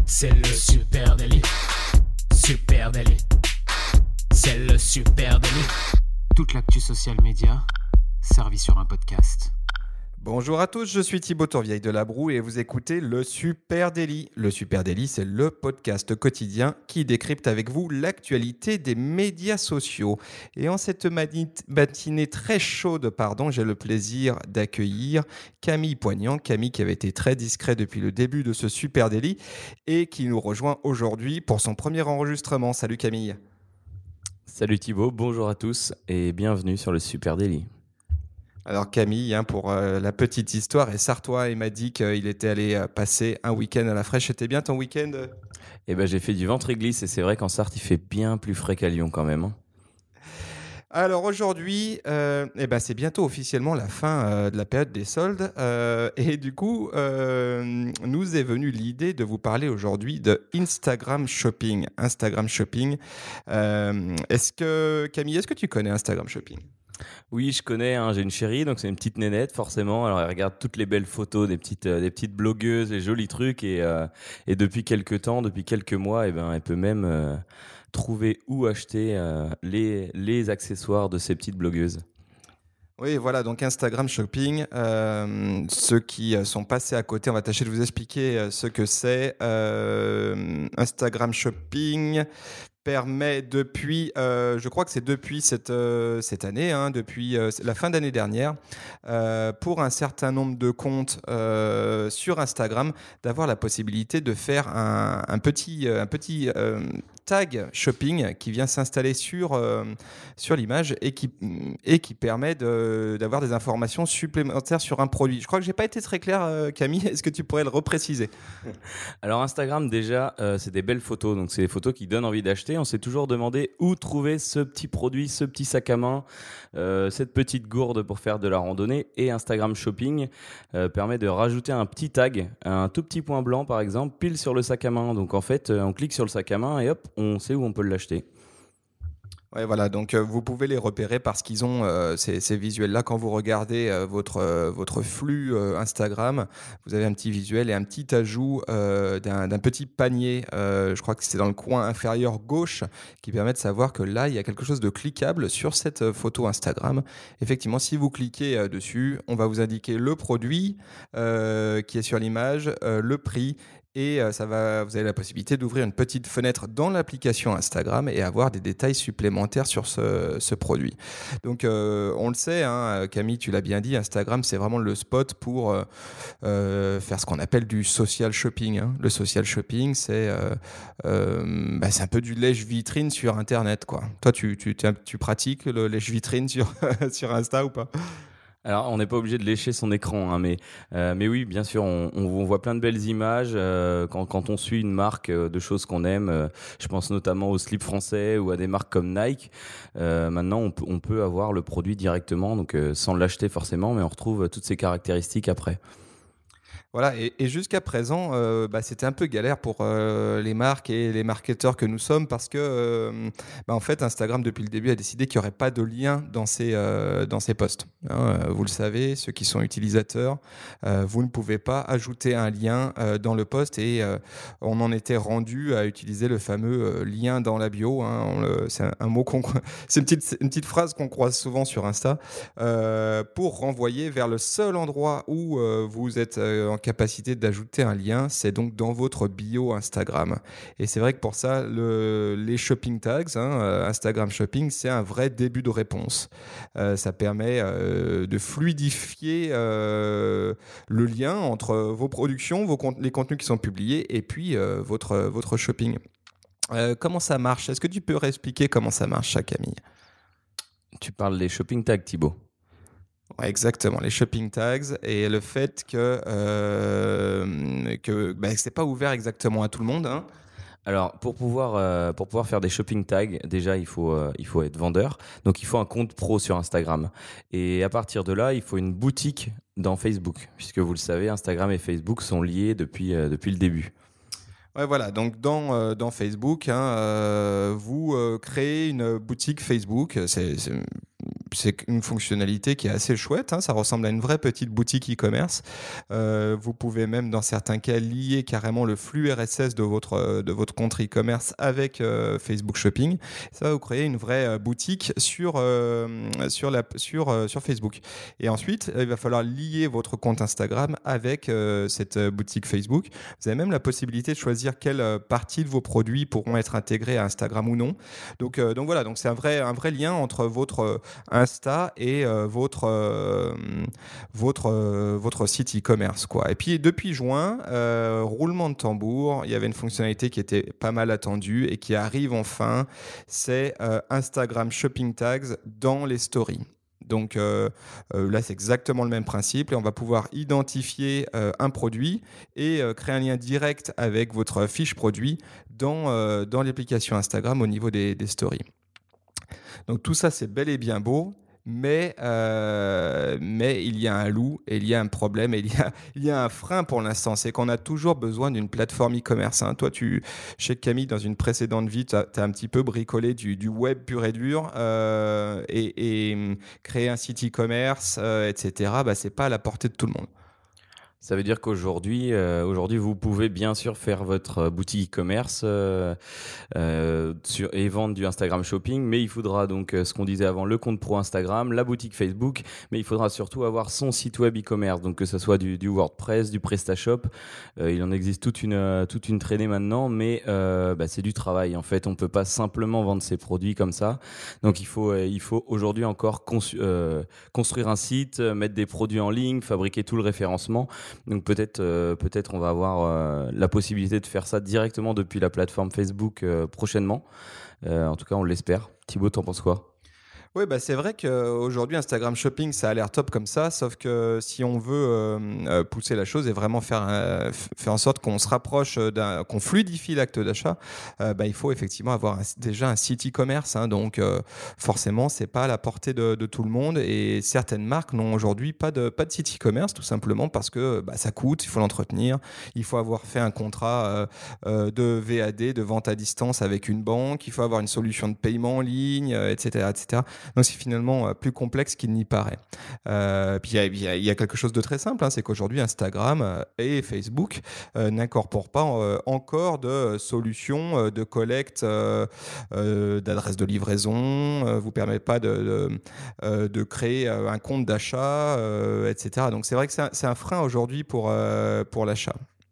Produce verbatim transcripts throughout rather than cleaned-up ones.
C'est le super délit. Super délit. C'est le super délit. Toute l'actu social média servie sur un podcast. Bonjour à tous, je suis Thibaut Tourvieille de La Broue et vous écoutez le Super Délit. Le Super Délit, c'est le podcast quotidien qui décrypte avec vous l'actualité des médias sociaux. Et en cette mani- matinée très chaude, pardon, j'ai le plaisir d'accueillir Camille Poignant. Camille qui avait été très discret depuis le début de ce Super Délit et qui nous rejoint aujourd'hui pour son premier enregistrement. Salut Camille. Salut Thibaut, bonjour à tous et bienvenue sur le Super Délit. Alors Camille, hein, pour euh, la petite histoire, est sartois et m'a dit qu'il était allé euh, passer un week-end à la fraîche. C'était bien ton week-end ? Eh ben, j'ai fait du ventre et glisse et c'est vrai qu'en Sarthe il fait bien plus frais qu'à Lyon quand même. Hein. Alors aujourd'hui, euh, eh ben, c'est bientôt officiellement la fin euh, de la période des soldes euh, et du coup, euh, nous est venue l'idée de vous parler aujourd'hui de Instagram Shopping. Instagram Shopping. Euh, est-ce que Camille, est-ce que tu connais Instagram Shopping ? Oui, je connais, hein, j'ai une chérie, donc c'est une petite nénette forcément. Alors elle regarde toutes les belles photos des petites, euh, des petites blogueuses, les jolis trucs et, euh, et depuis quelques temps, depuis quelques mois, eh ben, elle peut même euh, trouver où acheter euh, les, les accessoires de ces petites blogueuses. Oui, voilà, donc Instagram Shopping, euh, ceux qui sont passés à côté, on va tâcher de vous expliquer ce que c'est. Euh, Instagram Shopping permet depuis, euh, je crois que c'est depuis cette, euh, cette année, hein, depuis euh, la fin d'année dernière, euh, pour un certain nombre de comptes euh, sur Instagram, d'avoir la possibilité de faire un, un petit, un petit euh, tag shopping qui vient s'installer sur, euh, sur l'image et qui, et qui permet de, d'avoir des informations supplémentaires sur un produit. Je crois que je n'ai pas été très clair, euh, Camille, est-ce que tu pourrais le repréciser ? Alors Instagram déjà, euh, c'est des belles photos, donc c'est des photos qui donnent envie d'acheter. On s'est toujours demandé où trouver ce petit produit, ce petit sac à main, euh, cette petite gourde pour faire de la randonnée. Et Instagram Shopping euh, permet de rajouter un petit tag, un tout petit point blanc par exemple, pile sur le sac à main. Donc en fait, euh, on clique sur le sac à main et hop, on sait où on peut l'acheter. Ouais, voilà, donc euh, vous pouvez les repérer parce qu'ils ont euh, ces, ces visuels-là. Quand vous regardez euh, votre, euh, votre flux euh, Instagram, vous avez un petit visuel et un petit ajout euh, d'un, d'un petit panier, euh, je crois que c'est dans le coin inférieur gauche, qui permet de savoir que là, il y a quelque chose de cliquable sur cette euh, photo Instagram. Effectivement, si vous cliquez euh, dessus, on va vous indiquer le produit euh, qui est sur l'image, euh, le prix, et ça va, vous avez la possibilité d'ouvrir une petite fenêtre dans l'application Instagram et avoir des détails supplémentaires sur ce, ce produit. Donc, euh, on le sait, hein, Camille, tu l'as bien dit, Instagram, c'est vraiment le spot pour euh, euh, faire ce qu'on appelle du social shopping. Hein. Le social shopping, c'est, euh, euh, bah, c'est un peu du lèche-vitrine sur Internet, quoi. Toi, tu, tu, tu pratiques le lèche-vitrine sur, sur Insta ou pas ? Alors, on n'est pas obligé de lécher son écran, hein, mais, euh, mais oui, bien sûr, on, on, on voit plein de belles images euh, quand, quand on suit une marque euh, de choses qu'on aime. Euh, je pense notamment au slip français ou à des marques comme Nike. Euh, maintenant, on, p- on peut avoir le produit directement, donc euh, sans l'acheter forcément, mais on retrouve toutes ses caractéristiques après. Voilà, et, et jusqu'à présent, euh, bah, c'était un peu galère pour euh, les marques et les marketeurs que nous sommes parce que, euh, bah, en fait, Instagram, depuis le début, a décidé qu'il n'y aurait pas de lien dans ses, euh, dans ses posts. Hein, euh, vous le savez, ceux qui sont utilisateurs, euh, vous ne pouvez pas ajouter un lien euh, dans le post et euh, on en était rendu à utiliser le fameux euh, lien dans la bio. Hein, on le, c'est un, un mot qu'on, c'est une petite, une petite phrase qu'on croise souvent sur Insta euh, pour renvoyer vers le seul endroit où euh, vous êtes euh, en capacité d'ajouter un lien, c'est donc dans votre bio Instagram. Et c'est vrai que pour ça, le, les shopping tags, hein, Instagram Shopping, c'est un vrai début de réponse. Euh, ça permet euh, de fluidifier euh, le lien entre vos productions, vos cont- les contenus qui sont publiés et puis euh, votre, votre shopping. Euh, comment ça marche ? Est-ce que tu peux réexpliquer comment ça marche, Camille ? Tu parles des shopping tags, Thibaut. Ouais, exactement, les shopping tags et le fait que, euh, que bah, c'est pas ouvert exactement à tout le monde. Hein. Alors, pour pouvoir, euh, pour pouvoir faire des shopping tags, déjà, il faut, euh, il faut être vendeur. Donc, il faut un compte pro sur Instagram. Et à partir de là, il faut une boutique dans Facebook. Puisque vous le savez, Instagram et Facebook sont liés depuis, euh, depuis le début. Ouais, voilà, donc dans, euh, dans Facebook, hein, euh, vous euh, créez une boutique Facebook. C'est, c'est c'est une fonctionnalité qui est assez chouette, hein, ça ressemble à une vraie petite boutique e-commerce. Euh, vous pouvez même dans certains cas lier carrément le flux R S S de votre, de votre compte e-commerce avec euh, Facebook Shopping. Ça va vous créer une vraie euh, boutique sur, euh, sur, la, sur, euh, sur Facebook. Et ensuite, il va falloir lier votre compte Instagram avec euh, cette euh, boutique Facebook. Vous avez même la possibilité de choisir quelle euh, partie de vos produits pourront être intégrés à Instagram ou non. Donc, euh, donc voilà, donc c'est un vrai, un vrai lien entre votre euh, Insta et euh, votre, euh, votre, euh, votre site e-commerce, quoi. Et puis depuis juin, euh, roulement de tambour, il y avait une fonctionnalité qui était pas mal attendue et qui arrive enfin, c'est euh, Instagram Shopping Tags dans les stories. Donc euh, euh, là, c'est exactement le même principe et on va pouvoir identifier euh, un produit et euh, créer un lien direct avec votre fiche produit dans, euh, dans l'application Instagram au niveau des, des stories. Donc tout ça, c'est bel et bien beau, mais, euh, mais il y a un loup et il y a un problème et il y a, il y a un frein pour l'instant, c'est qu'on a toujours besoin d'une plateforme e-commerce. Hein. Toi, tu, je sais que Camille, dans une précédente vie, tu as un petit peu bricolé du, du web pur et dur euh, et, et créer un site e-commerce, euh, et cetera, bah, ce n'est pas à la portée de tout le monde. Ça veut dire qu'aujourd'hui, euh, aujourd'hui, vous pouvez bien sûr faire votre boutique e-commerce euh, euh, sur, et vendre du Instagram Shopping, mais il faudra donc, euh, ce qu'on disait avant, le compte pro Instagram, la boutique Facebook, mais il faudra surtout avoir son site web e-commerce, donc que ce soit du, du WordPress, du PrestaShop. Euh, il en existe toute une, toute une traînée maintenant, mais euh, bah, c'est du travail. En fait, on ne peut pas simplement vendre ses produits comme ça. Donc, il faut, euh, il faut aujourd'hui encore conçu, euh, construire un site, mettre des produits en ligne, fabriquer tout le référencement. Donc peut-être, euh, peut-être on va avoir euh, la possibilité de faire ça directement depuis la plateforme Facebook euh, prochainement. Euh, en tout cas, on l'espère. Thibaut, t'en penses quoi ? Oui, bah c'est vrai qu'aujourd'hui, Instagram Shopping, ça a l'air top comme ça, sauf que si on veut euh, pousser la chose et vraiment faire, euh, faire en sorte qu'on se rapproche, d'un, qu'on fluidifie l'acte d'achat, euh, bah, il faut effectivement avoir un, déjà un site e-commerce. Hein, donc euh, forcément, ce n'est pas à la portée de, de tout le monde et certaines marques n'ont aujourd'hui pas de, pas de site e-commerce, tout simplement parce que bah, ça coûte, il faut l'entretenir, il faut avoir fait un contrat euh, euh, de V A D, de vente à distance avec une banque, il faut avoir une solution de paiement en ligne, euh, et cetera, et cetera. Donc c'est finalement plus complexe qu'il n'y paraît. Euh, puis il y, y, y a quelque chose de très simple, hein, c'est qu'aujourd'hui Instagram et Facebook euh, n'incorporent pas euh, encore de solutions euh, de collecte euh, euh, d'adresses de livraison, euh, vous permettent pas de, de, euh, de créer un compte d'achat, euh, et cetera. Donc c'est vrai que c'est un, c'est un frein aujourd'hui pour, euh, pour l'achat.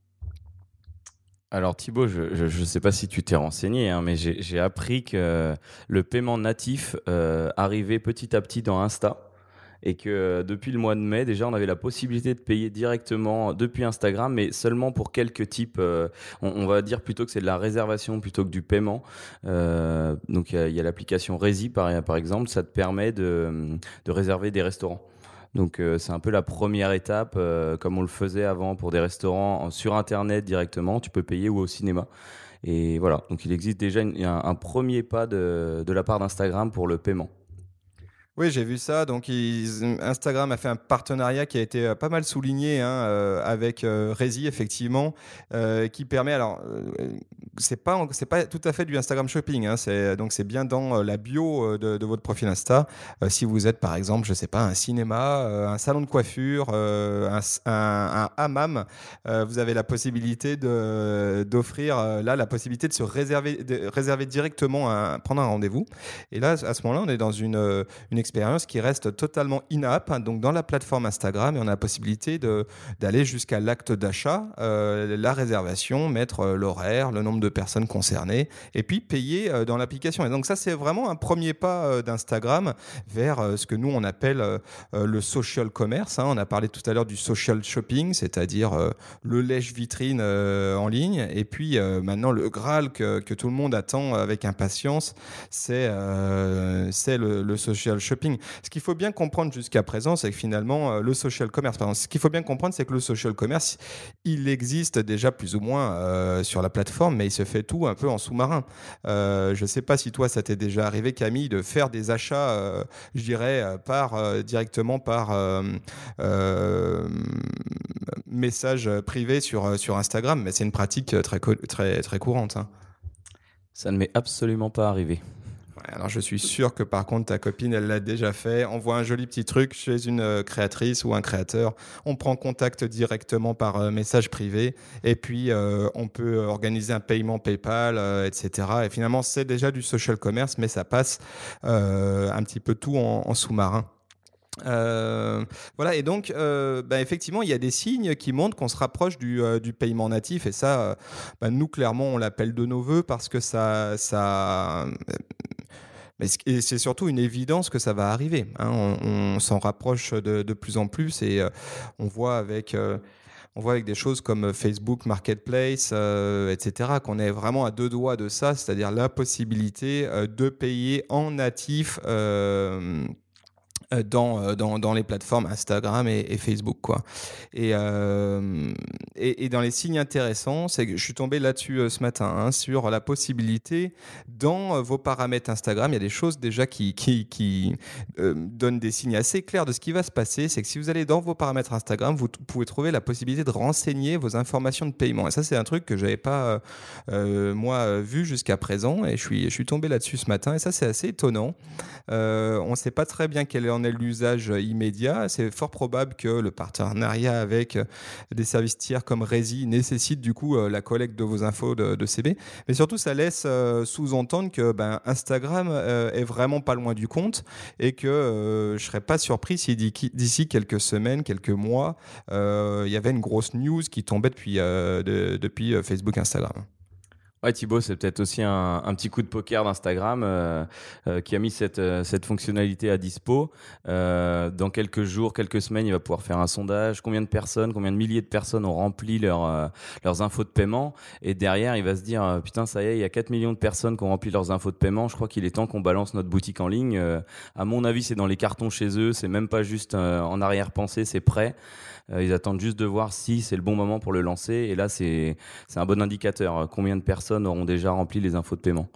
Alors Thibaut, je ne sais pas si tu t'es renseigné, hein, mais j'ai, j'ai appris que le paiement natif euh, arrivait petit à petit dans Insta et que euh, depuis le mois de mai, déjà, on avait la possibilité de payer directement depuis Instagram, mais seulement pour quelques types. Euh, on, on va dire plutôt que c'est de la réservation plutôt que du paiement. Euh, donc il y, y a l'application Resi par, par exemple, ça te permet de, de réserver des restaurants. Donc euh, c'est un peu la première étape, euh, comme on le faisait avant pour des restaurants sur Internet directement, tu peux payer ou au cinéma. Et voilà, donc il existe déjà une, un, un premier pas de, de la part d'Instagram pour le paiement. Oui, j'ai vu ça. Donc, ils, Instagram a fait un partenariat qui a été pas mal souligné hein, euh, avec euh, Resi, effectivement, euh, qui permet. Alors, euh, c'est pas c'est pas tout à fait du Instagram Shopping. Hein, c'est donc c'est bien dans la bio de, de votre profil Insta. Euh, si vous êtes, par exemple, je sais pas, un cinéma, euh, un salon de coiffure, euh, un, un, un hammam, euh, vous avez la possibilité de d'offrir euh, là la possibilité de se réserver, de réserver directement, un, prendre un rendez-vous. Et là, à ce moment-là, on est dans une une expérience qui reste totalement in-app, hein, donc dans la plateforme Instagram, et on a la possibilité de, d'aller jusqu'à l'acte d'achat, euh, la réservation, mettre euh, l'horaire, le nombre de personnes concernées, et puis payer euh, dans l'application. Et donc ça, c'est vraiment un premier pas euh, d'Instagram vers euh, ce que nous, on appelle euh, le social commerce. Hein. On a parlé tout à l'heure du social shopping, c'est-à-dire euh, le lèche-vitrine euh, en ligne, et puis euh, maintenant, le Graal que, que tout le monde attend avec impatience, c'est, euh, c'est le, le social shopping. Shopping. Ce qu'il faut bien comprendre jusqu'à présent, c'est que finalement, le social commerce, pardon, ce qu'il faut bien comprendre, c'est que le social commerce, il existe déjà plus ou moins euh, sur la plateforme, mais il se fait tout un peu en sous-marin. Euh, je ne sais pas si toi, ça t'est déjà arrivé, Camille, de faire des achats, euh, je dirais, par, euh, directement par euh, euh, message privé sur, sur Instagram, mais c'est une pratique très, très, très courante. Hein. Ça ne m'est absolument pas arrivé. Ouais, alors je suis sûr que par contre ta copine elle l'a déjà fait. On voit un joli petit truc chez une euh, créatrice ou un créateur, on prend contact directement par euh, message privé et puis euh, on peut organiser un paiement PayPal, euh, et cetera. Et finalement c'est déjà du social commerce, mais ça passe euh, un petit peu tout en, en sous-marin. Euh, voilà, et donc euh, bah, effectivement il y a des signes qui montrent qu'on se rapproche du, euh, du paiement natif, et ça euh, bah, nous clairement on l'appelle de nos voeux parce que ça, ça mais c- et c'est surtout une évidence que ça va arriver, hein. On, on s'en rapproche de, de plus en plus, et euh, on voit avec euh, on voit avec des choses comme Facebook Marketplace, euh, et cetera, qu'on est vraiment à deux doigts de ça, c'est-à-dire la possibilité euh, de payer en natif euh, euh, dans, euh, dans, dans les plateformes Instagram et, et Facebook, quoi. Et, euh, et, et dans les signes intéressants, c'est que je suis tombé là-dessus euh, ce matin, hein, sur la possibilité dans euh, vos paramètres Instagram, il y a des choses déjà qui, qui, qui euh, donnent des signes assez clairs de ce qui va se passer. C'est que si vous allez dans vos paramètres Instagram, vous t- pouvez trouver la possibilité de renseigner vos informations de paiement. Et ça, c'est un truc que j'avais pas euh, euh, moi euh, vu jusqu'à présent, et je suis, je suis tombé là-dessus ce matin. Et ça, c'est assez étonnant. Euh, on ne sait pas très bien quel en est l'usage immédiat. C'est fort probable que le partenariat avec euh, des services tiers comme Resi nécessite du coup euh, la collecte de vos infos de, de C B. Mais surtout, ça laisse euh, sous-entendre que ben, Instagram euh, est vraiment pas loin du compte, et que euh, je serais pas surpris si d'ici d'ici quelques semaines, quelques mois, euh, il y avait une grosse news qui tombait depuis, euh, de- depuis euh, Facebook, Instagram. Ouais, Thibaut, c'est peut-être aussi un, un petit coup de poker d'Instagram euh, euh, qui a mis cette, euh, cette fonctionnalité à dispo. Euh, dans quelques jours, quelques semaines, il va pouvoir faire un sondage. Combien de personnes, combien de milliers de personnes ont rempli leur, euh, leurs infos de paiement? Et derrière, il va se dire, euh, putain, ça y est, il y a quatre millions de personnes qui ont rempli leurs infos de paiement. Je crois qu'il est temps qu'on balance notre boutique en ligne. Euh, à mon avis, c'est dans les cartons chez eux. C'est même pas juste euh, en arrière-pensée, c'est prêt. Euh, ils attendent juste de voir si c'est le bon moment pour le lancer. Et là, c'est, c'est un bon indicateur. Euh, Combien de personnes auront déjà rempli les infos de paiement?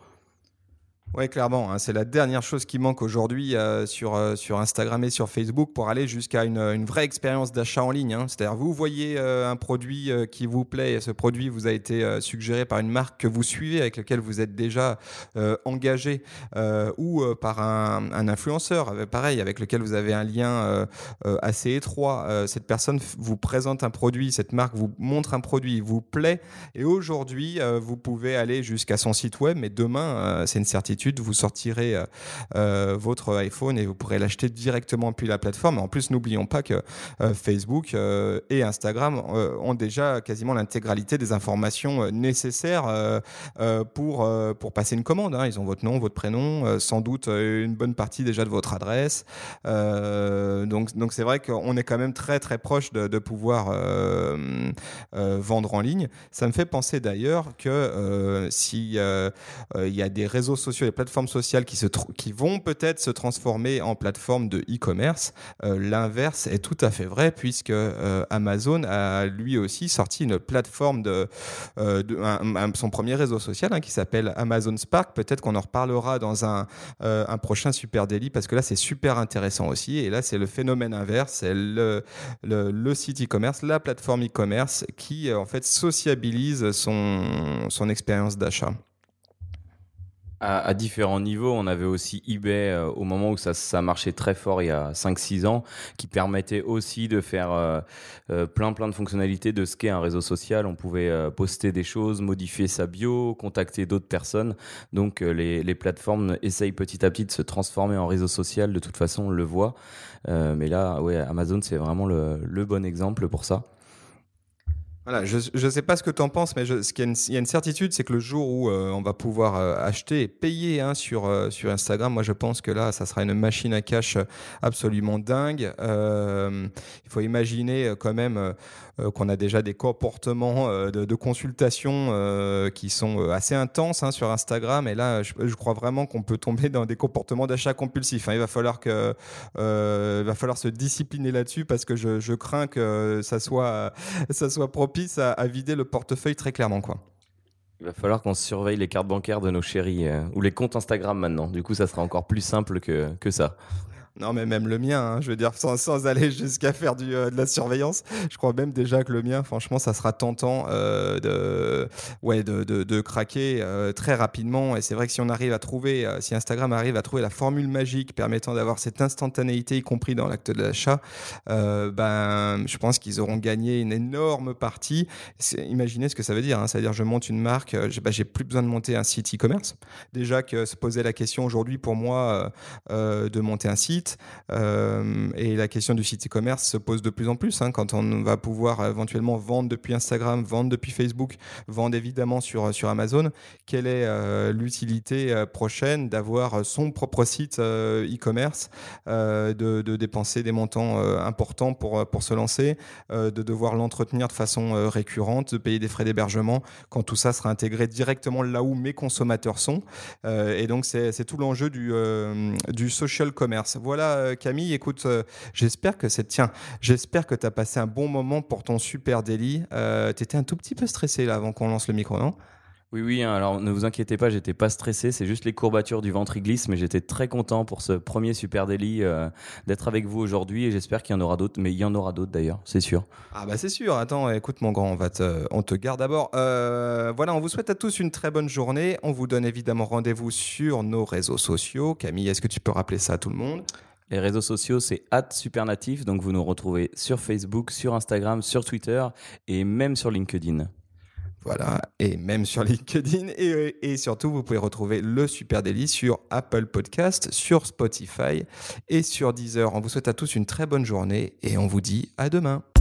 Oui, clairement, hein, c'est la dernière chose qui manque aujourd'hui euh, sur, euh, sur Instagram et sur Facebook pour aller jusqu'à une, une vraie expérience d'achat en ligne, hein. C'est-à-dire, vous voyez euh, un produit euh, qui vous plaît, et ce produit vous a été euh, suggéré par une marque que vous suivez, avec laquelle vous êtes déjà euh, engagé, euh, ou euh, par un, un influenceur, euh, pareil, avec lequel vous avez un lien euh, euh, assez étroit. Euh, cette personne f- vous présente un produit, cette marque vous montre un produit, il vous plaît, et aujourd'hui, euh, vous pouvez aller jusqu'à son site web, mais demain, euh, c'est une certitude, vous sortirez euh, euh, votre iPhone et vous pourrez l'acheter directement depuis la plateforme. En plus, n'oublions pas que euh, Facebook euh, et Instagram euh, ont déjà quasiment l'intégralité des informations euh, nécessaires euh, euh, pour, euh, pour passer une commande, hein. Ils ont votre nom, votre prénom, euh, sans doute euh, une bonne partie déjà de votre adresse. Euh, donc, donc c'est vrai qu'on est quand même très très proche de, de pouvoir euh, euh, vendre en ligne. Ça me fait penser d'ailleurs que euh, si euh, euh, il y a des réseaux sociaux, des plateformes sociales qui, se tr- qui vont peut-être se transformer en plateforme de e-commerce, euh, l'inverse est tout à fait vrai, puisque euh, Amazon a lui aussi sorti une plateforme de, euh, de un- un- son premier réseau social, hein, qui s'appelle Amazon Spark. Peut-être qu'on en reparlera dans un, euh, un prochain Super Daily, parce que là c'est super intéressant aussi, et là c'est le phénomène inverse, c'est le, le, le site e-commerce, la plateforme e-commerce qui euh, en fait sociabilise son, son expérience d'achat. À, à différents niveaux, on avait aussi eBay euh, au moment où ça, ça marchait très fort il y a cinq six ans, qui permettait aussi de faire euh, euh, plein plein de fonctionnalités de ce qu'est un réseau social. On pouvait euh, poster des choses, modifier sa bio, contacter d'autres personnes. Donc euh, les, les plateformes essayent petit à petit de se transformer en réseau social. De toute façon, on le voit. Euh, mais là, ouais, Amazon, c'est vraiment le, le bon exemple pour ça. Voilà, je ne sais pas ce que tu en penses, mais je, ce qu'il y a une, il y a une certitude, c'est que le jour où euh, on va pouvoir euh, acheter et payer, hein, sur, euh, sur Instagram, moi je pense que là, ça sera une machine à cash absolument dingue. Euh, il faut imaginer euh, quand même euh, qu'on a déjà des comportements euh, de, de consultation euh, qui sont euh, assez intenses, hein, sur Instagram. Et là, je, je crois vraiment qu'on peut tomber dans des comportements d'achat compulsif, hein. Il va falloir que, euh, il va falloir se discipliner là-dessus, parce que je, je crains que ça soit, ça soit propice à, à vider le portefeuille très clairement, quoi. Il va falloir qu'on surveille les cartes bancaires de nos chéris euh, ou les comptes Instagram maintenant. Du coup, ça sera encore plus simple que, que ça. Non, mais même le mien, hein, je veux dire, sans, sans aller jusqu'à faire du, euh, de la surveillance, je crois même déjà que le mien, franchement, ça sera tentant euh, de, ouais, de, de, de craquer euh, très rapidement. Et c'est vrai que si on arrive à trouver, euh, si Instagram arrive à trouver la formule magique permettant d'avoir cette instantanéité, y compris dans l'acte de l'achat, euh, ben, je pense qu'ils auront gagné une énorme partie. C'est, imaginez ce que ça veut dire, hein, c'est-à-dire je monte une marque, euh, j'ai, bah, j'ai plus besoin de monter un site e-commerce. Déjà que se posait la question aujourd'hui pour moi euh, euh, de monter un site. Euh, et la question du site e-commerce se pose de plus en plus hein, quand on va pouvoir éventuellement vendre depuis Instagram, vendre depuis Facebook, vendre évidemment sur, sur Amazon. Quelle est euh, l'utilité euh, prochaine d'avoir son propre site euh, e-commerce, euh, de, de dépenser des montants euh, importants pour, pour se lancer, euh, de devoir l'entretenir de façon euh, récurrente, de payer des frais d'hébergement quand tout ça sera intégré directement là où mes consommateurs sont. Euh, et donc c'est, c'est tout l'enjeu du, euh, du social commerce. Voilà. Voilà Camille, écoute, euh, j'espère que c'est tiens, j'espère que tu as passé un bon moment pour ton super délit. Euh, tu étais un tout petit peu stressé là avant qu'on lance le micro, non ? Oui, oui, hein, alors ne vous inquiétez pas, j'étais pas stressé, c'est juste les courbatures du ventre qui glissent, mais j'étais très content pour ce premier super délit euh, d'être avec vous aujourd'hui et j'espère qu'il y en aura d'autres, mais il y en aura d'autres d'ailleurs, c'est sûr. Ah bah c'est sûr, attends, écoute mon grand, on, va te, on te garde d'abord. Euh, voilà, on vous souhaite à tous une très bonne journée, on vous donne évidemment rendez-vous sur nos réseaux sociaux. Camille, est-ce que tu peux rappeler ça à tout le monde ? Les réseaux sociaux, c'est arobase supernatif, donc vous nous retrouvez sur Facebook, sur Instagram, sur Twitter et même sur LinkedIn. Voilà, et même sur LinkedIn. Et, et surtout, vous pouvez retrouver le Super Daily sur Apple Podcast, sur Spotify et sur Deezer. On vous souhaite à tous une très bonne journée et on vous dit à demain.